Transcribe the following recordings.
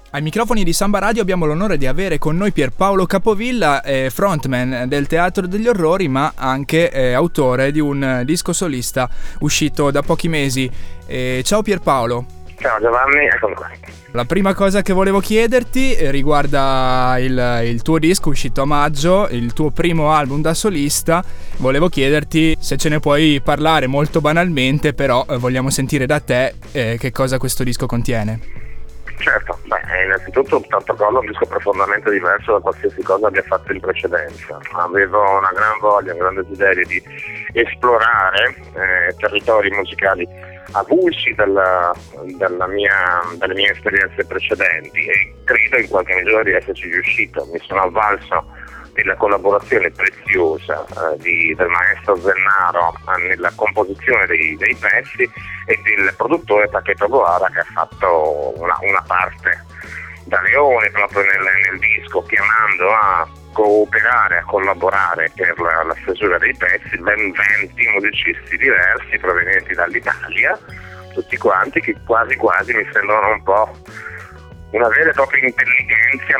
Ai microfoni di Samba Radio abbiamo l'onore di avere con noi Pierpaolo Capovilla, frontman del Teatro degli Orrori, ma anche autore di un disco solista uscito da pochi mesi. Ciao Pierpaolo. Ciao Giovanni, eccomi qua. La prima cosa che volevo chiederti riguarda il tuo disco uscito a maggio, il tuo primo album da solista. Volevo chiederti se ce ne puoi parlare molto banalmente, però vogliamo sentire da te che cosa questo disco contiene. Certo, innanzitutto Protocollo è un disco profondamente diverso da qualsiasi cosa abbia fatto in precedenza. Avevo una gran voglia, un grande desiderio di esplorare territori musicali avulsi dalle mie esperienze precedenti e credo in qualche misura di esserci riuscito. Mi sono avvalso della collaborazione preziosa del maestro Zennaro nella composizione dei pezzi e del produttore Taketo Gohara, che ha fatto una parte da leone proprio nel disco, chiamando a cooperare, a collaborare per la stesura dei pezzi ben 20 musicisti diversi provenienti dall'Italia, tutti quanti che quasi mi sembrano un po' una vera e propria intelligenza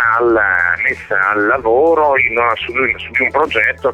messa al lavoro su di un progetto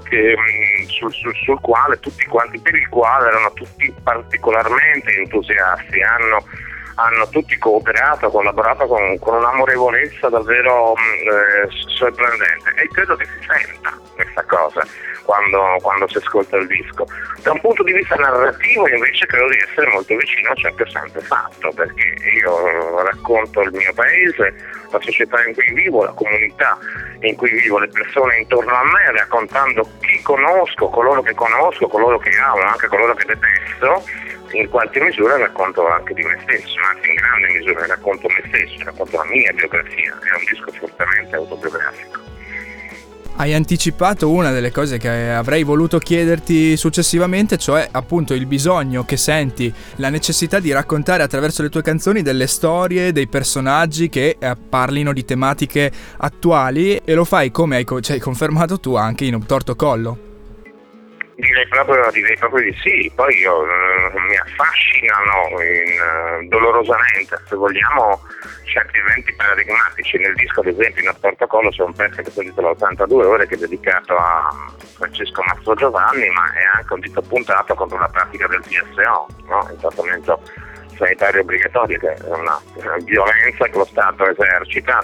sul quale tutti quanti, per il quale erano tutti particolarmente entusiasti, hanno tutti cooperato, collaborato con un'amorevolezza davvero sorprendente, e credo che si senta questa cosa quando si ascolta il disco. Da un punto di vista narrativo invece credo di essere molto vicino a ciò che ho sempre fatto, perché io racconto il mio paese, la società in cui vivo, la comunità in cui vivo, le persone intorno a me, raccontando chi conosco, coloro che amo, anche coloro che detesto. In qualche misura racconto anche di me stesso, anzi in grande misura racconto me stesso, racconto la mia biografia. È un disco fortemente autobiografico. Hai anticipato una delle cose che avrei voluto chiederti successivamente, cioè appunto il bisogno che senti, la necessità di raccontare attraverso le tue canzoni delle storie, dei personaggi che parlino di tematiche attuali, e lo fai, come hai confermato tu, anche in Obtorto Collo. Direi proprio di sì. Poi mi affascinano dolorosamente, se vogliamo, certi eventi paradigmatici. Nel disco, ad esempio, in Obtorto Collo c'è un pezzo che si intitola 82 ore, che è dedicato a Francesco Mastro Giovanni, ma è anche un dito puntato contro la pratica del TSO, no? Il trattamento sanitario obbligatorio, che è una violenza che lo Stato esercita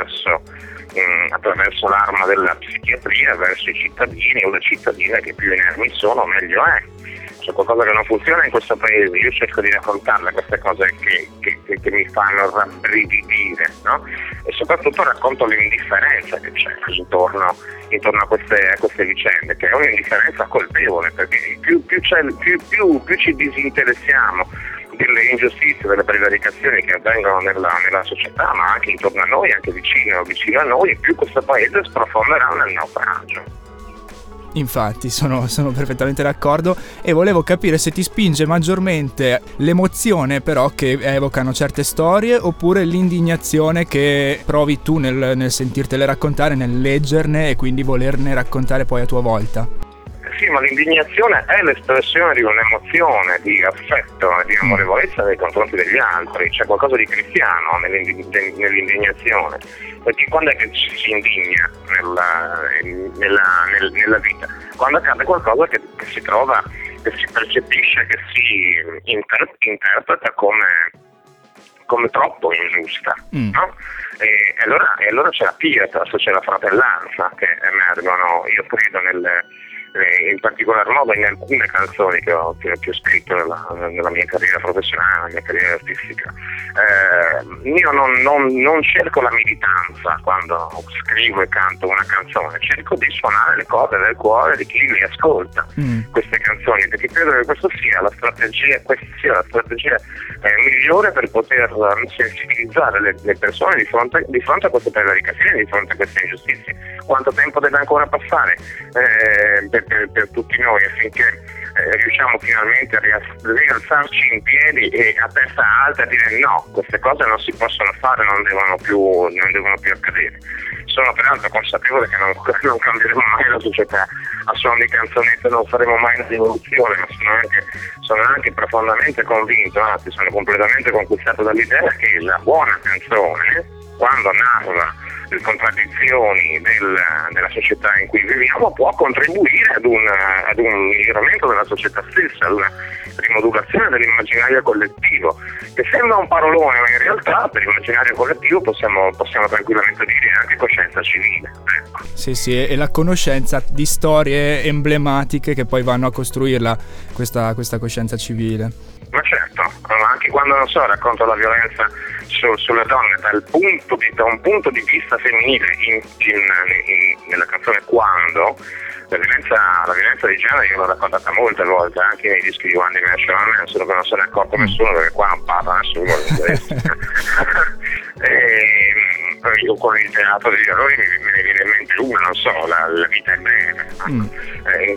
attraverso l'arma della psichiatria verso i cittadini o le cittadine che più inermi sono, meglio è. C'è qualcosa che non funziona in questo paese, io cerco di raccontarle queste cose che mi fanno rabbrividire, no? E soprattutto racconto l'indifferenza che c'è intorno a queste vicende, che è un'indifferenza colpevole, perché più ci disinteressiamo delle ingiustizie, delle prevaricazioni che avvengono nella società, ma anche intorno a noi, anche vicino a noi, e più questo paese sprofonderà nel naufragio. Infatti sono perfettamente d'accordo, e volevo capire se ti spinge maggiormente l'emozione però che evocano certe storie, oppure l'indignazione che provi tu nel sentirtele raccontare, nel leggerne e quindi volerne raccontare poi a tua volta. Sì, ma l'indignazione è l'espressione di un'emozione di affetto e di amorevolezza nei confronti degli altri. C'è qualcosa di cristiano nell'indignazione, perché quando è che ci si indigna nella vita? Quando accade qualcosa che si percepisce, che si interpreta come troppo ingiusta, no? E allora c'è la pietas, c'è la fratellanza che emergono, io credo, in particolar modo in alcune canzoni che ho scritto nella mia carriera professionale, nella mia carriera artistica. Io non cerco la militanza quando scrivo e canto una canzone, cerco di suonare le corde del cuore di chi li ascolta queste canzoni, perché credo che questa sia la strategia migliore per poter sensibilizzare le persone di fronte a queste prevaricazioni, di fronte a queste ingiustizie. Quanto tempo deve ancora passare per tutti noi affinché riusciamo finalmente a rialzarci in piedi e a testa alta a dire no, queste cose non si possono fare, non devono più accadere. Sono peraltro consapevole che non cambieremo mai la società a suon di canzonette, non faremo mai una rivoluzione, ma sono anche profondamente convinto, anzi sono completamente conquistato dall'idea che la buona canzone quando narra le contraddizioni della società in cui viviamo, può contribuire ad un miglioramento della società stessa, ad una rimodulazione dell'immaginario collettivo, che sembra un parolone, ma in realtà per l'immaginario collettivo possiamo tranquillamente dire anche coscienza civile. Ecco. Sì, e la conoscenza di storie emblematiche che poi vanno a costruirla questa coscienza civile. Ma certo, anche quando, non so, racconto la violenza sulle donne da un punto di vista femminile nella canzone Quando, la violenza di genere io l'ho raccontata molte volte, anche nei dischi di One Dimension Man, solo che non se ne è accorto nessuno, perché qua non parla nessuno di questo. Io con il teatro degli errori me ne viene in mente una, non so, la vita è breve.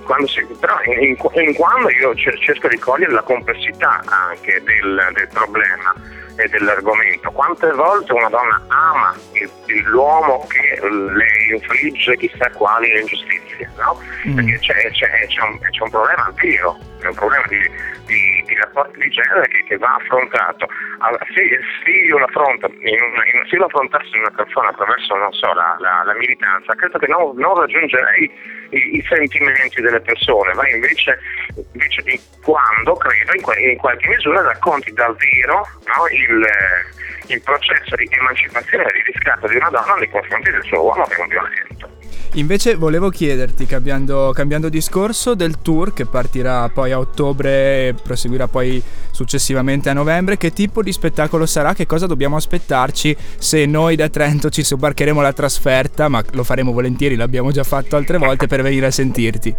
Quando io cerco di cogliere la complessità anche del problema e dell'argomento, quante volte una donna ama l'uomo che le infligge chissà quali ingiustizie, no? Perché c'è un problema vero, è un problema di rapporti di genere che va affrontato. Se io lo affrontassi in una canzone attraverso, non so, la militanza, credo che non raggiungerei i sentimenti delle persone, ma invece di quando, credo, in qualche misura racconti davvero, no, il processo di emancipazione e di riscatto di una donna nei confronti del suo uomo che è un violento. Invece volevo chiederti, cambiando discorso, del tour che partirà poi a ottobre e proseguirà poi successivamente a novembre, che tipo di spettacolo sarà, che cosa dobbiamo aspettarci se noi da Trento ci sobbarcheremo la trasferta, ma lo faremo volentieri, l'abbiamo già fatto altre volte, per venire a sentirti?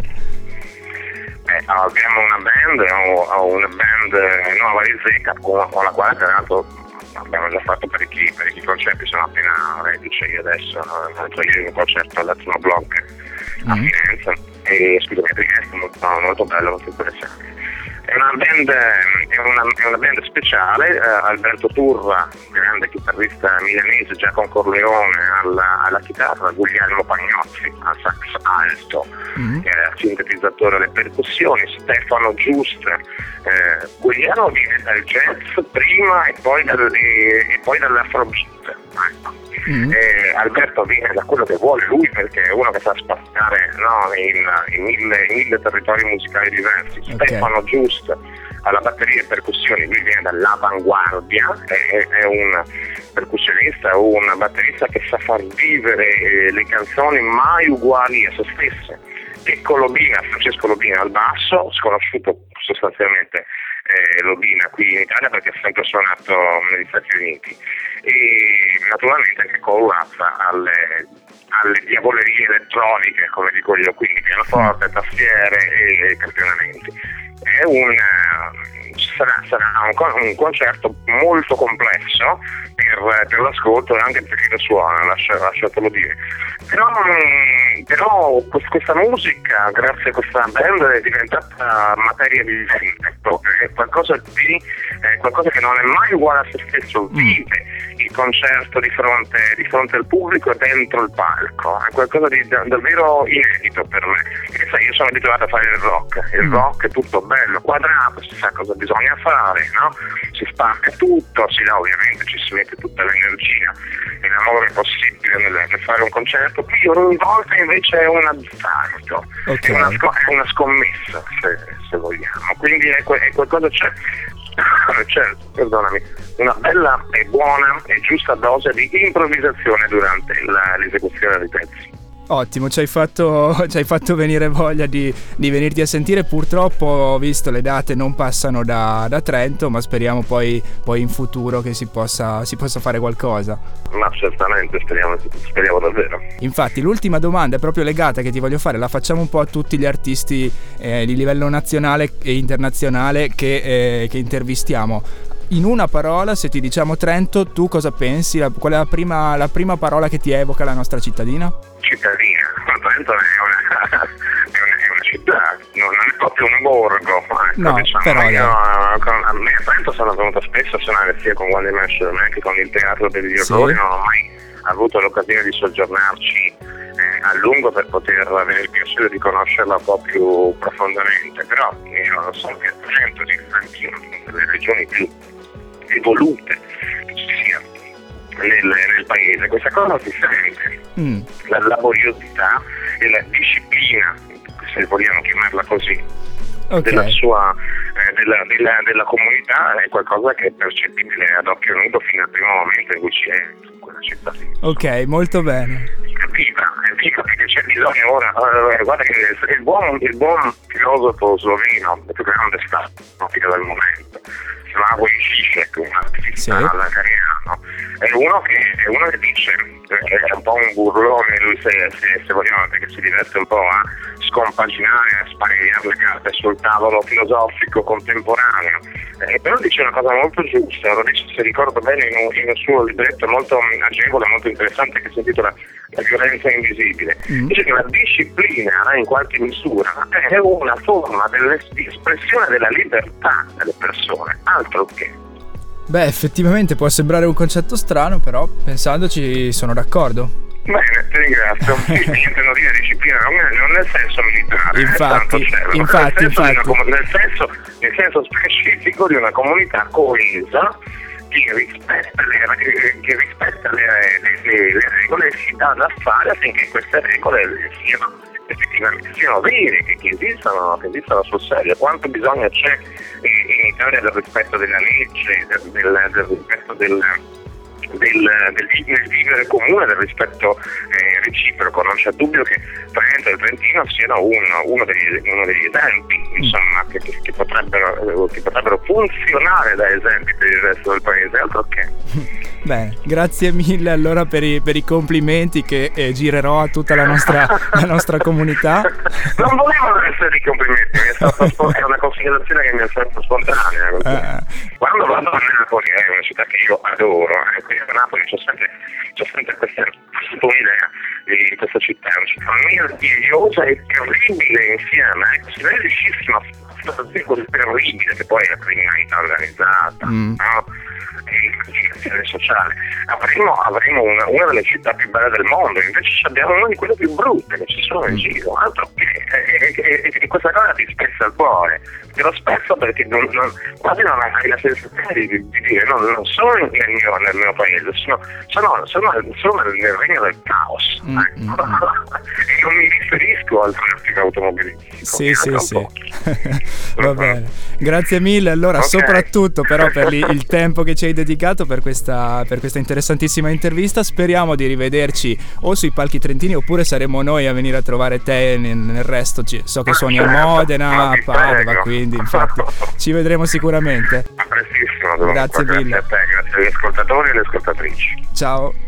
Abbiamo una band nuova di Zecca con la quale tra l'altro abbiamo già fatto parecchi concerti, sono appena reduce io adesso, ho fatto ieri un concerto all'Etnoblog a Firenze, e scusami, a Trieste, molto bello, molto interessante. È una band speciale, Alberto Turra, grande chitarrista milanese, Giacomo Corleone alla chitarra, Guglielmo Pagnozzi al sax alto, che è sintetizzatore alle percussioni, Stefano Giustra. Guglielmo viene dal jazz prima e poi dall'afrobeat, ecco. Alberto viene da quello che vuole lui, perché è uno che sa spaziare, no, in mille territori musicali diversi. Okay. Stefano Giusto alla batteria e percussioni, lui viene dall'avanguardia, è un percussionista, un batterista che sa far vivere le canzoni mai uguali a se stesse. Francesco Lobina al basso, sconosciuto sostanzialmente Lobina qui in Italia perché ha sempre suonato negli Stati Uniti, e naturalmente anche coaurazza alle diavolerie elettroniche, come dico io, quindi pianoforte, tastiere e campionamenti. Sarà un concerto molto complesso per l'ascolto e anche per chi lo suona, lasciatelo dire. Però questa musica, grazie a questa band, è diventata materia vivente, è qualcosa che non è mai uguale a se stesso, vive il concerto di fronte al pubblico e dentro il palco, è qualcosa di davvero inedito per me, perché sai, io sono abituato a fare il rock è tutto bello, quadrato, si sa cosa bisogna fare, no? Si spacca tutto, ovviamente ci si mette tutta l'energia e l'amore possibile nel fare un concerto. Qui ogni volta invece è un azzardo, okay. È una scommessa, se vogliamo, quindi è qualcosa, c'è una bella e buona e giusta dose di improvvisazione durante l'esecuzione dei pezzi. Ottimo, ci hai fatto venire voglia di venirti a sentire. Purtroppo, ho visto, le date non passano da Trento, ma speriamo poi in futuro che si possa fare qualcosa. Ma certamente, speriamo davvero. Infatti l'ultima domanda è proprio legata, che ti voglio fare, la facciamo un po' a tutti gli artisti di livello nazionale e internazionale che intervistiamo. In una parola, se ti diciamo Trento, tu cosa pensi? Qual è la prima parola che ti evoca la nostra cittadina? Cittadina, Trento è una città, non è proprio un borgo. No, diciamo. Però a me a Trento sono venuto spesso a suonare sia con One Dimension Man che con il Teatro degli Orrori, non ho mai avuto l'occasione di soggiornarci a lungo per poter avere il piacere di conoscerla un po' più profondamente, però io so che Trento è una delle regioni più evolute che ci sia nel paese. Questa cosa si sente, la laboriosità e la disciplina, se vogliamo chiamarla così, della sua della comunità è qualcosa che è percepibile ad occhio nudo fino al primo momento in cui ci è in quella città. Ok, molto bene. È viva perché c'è bisogno ora. Guarda che il buon filosofo sloveno, il più grande stato del momento, Slavoj Žižek, un artista lacaniano, è uno che dice, è un po' un burlone lui, se vogliamo, perché si diverte un po' a scompaginare, a sparigliare le carte sul tavolo filosofico contemporaneo, però dice una cosa molto giusta, lo dice, se ricordo bene, in un suo libretto molto agevole, molto interessante, che si intitola La violenza invisibile. Dice che la disciplina, in qualche misura, è una forma di espressione della libertà delle persone, altro che. Beh, effettivamente può sembrare un concetto strano, però pensandoci sono d'accordo. Bene, ti ringrazio. Intendo dire disciplina non nel senso militare, nel senso specifico di una comunità coesa che rispetta le regole e si dà da fare affinché queste regole siano vere, che esistano sul serio. Quanto bisogno c'è in Italia del rispetto della legge, del rispetto del vivere comune, del rispetto reciproco. Non c'è dubbio che Trento e il Trentino siano uno degli esempi, insomma, che potrebbero funzionare da esempi per il resto del paese, altro che. Bene, grazie mille allora per i complimenti che girerò a tutta la nostra comunità. Non volevo essere di complimenti, è una considerazione che mi è sempre spontanea. Quando vado a Napoli, è una città che io adoro, qui a Napoli c'ho sempre questa idea di questa città, è una città meravigliosa e terribile insieme. Se noi riuscissimo a fare così terribile, che poi è la criminalità organizzata, no? E l'indicazione sociale, avremo una delle città più belle del mondo, invece abbiamo una di quelle più brutte che ci sono in giro, altro che, e questa cosa ti spezza il cuore, te lo spezza perché quasi non hai la sensazione di dire no, non sono nel mio paese, sono nel regno del caos, e non mi riferisco al traffico automobilistico. Sì. Va bene, grazie mille allora, soprattutto però per il tempo che ci hai dedicato per questa interessantissima intervista. Speriamo di rivederci o sui palchi trentini oppure saremo noi a venire a trovare te nel resto. So che suoni a Modena, a Padova, quindi infatti ci vedremo sicuramente. A prestissimo. Grazie mille. Grazie a te, grazie agli ascoltatori e alle ascoltatrici. Ciao.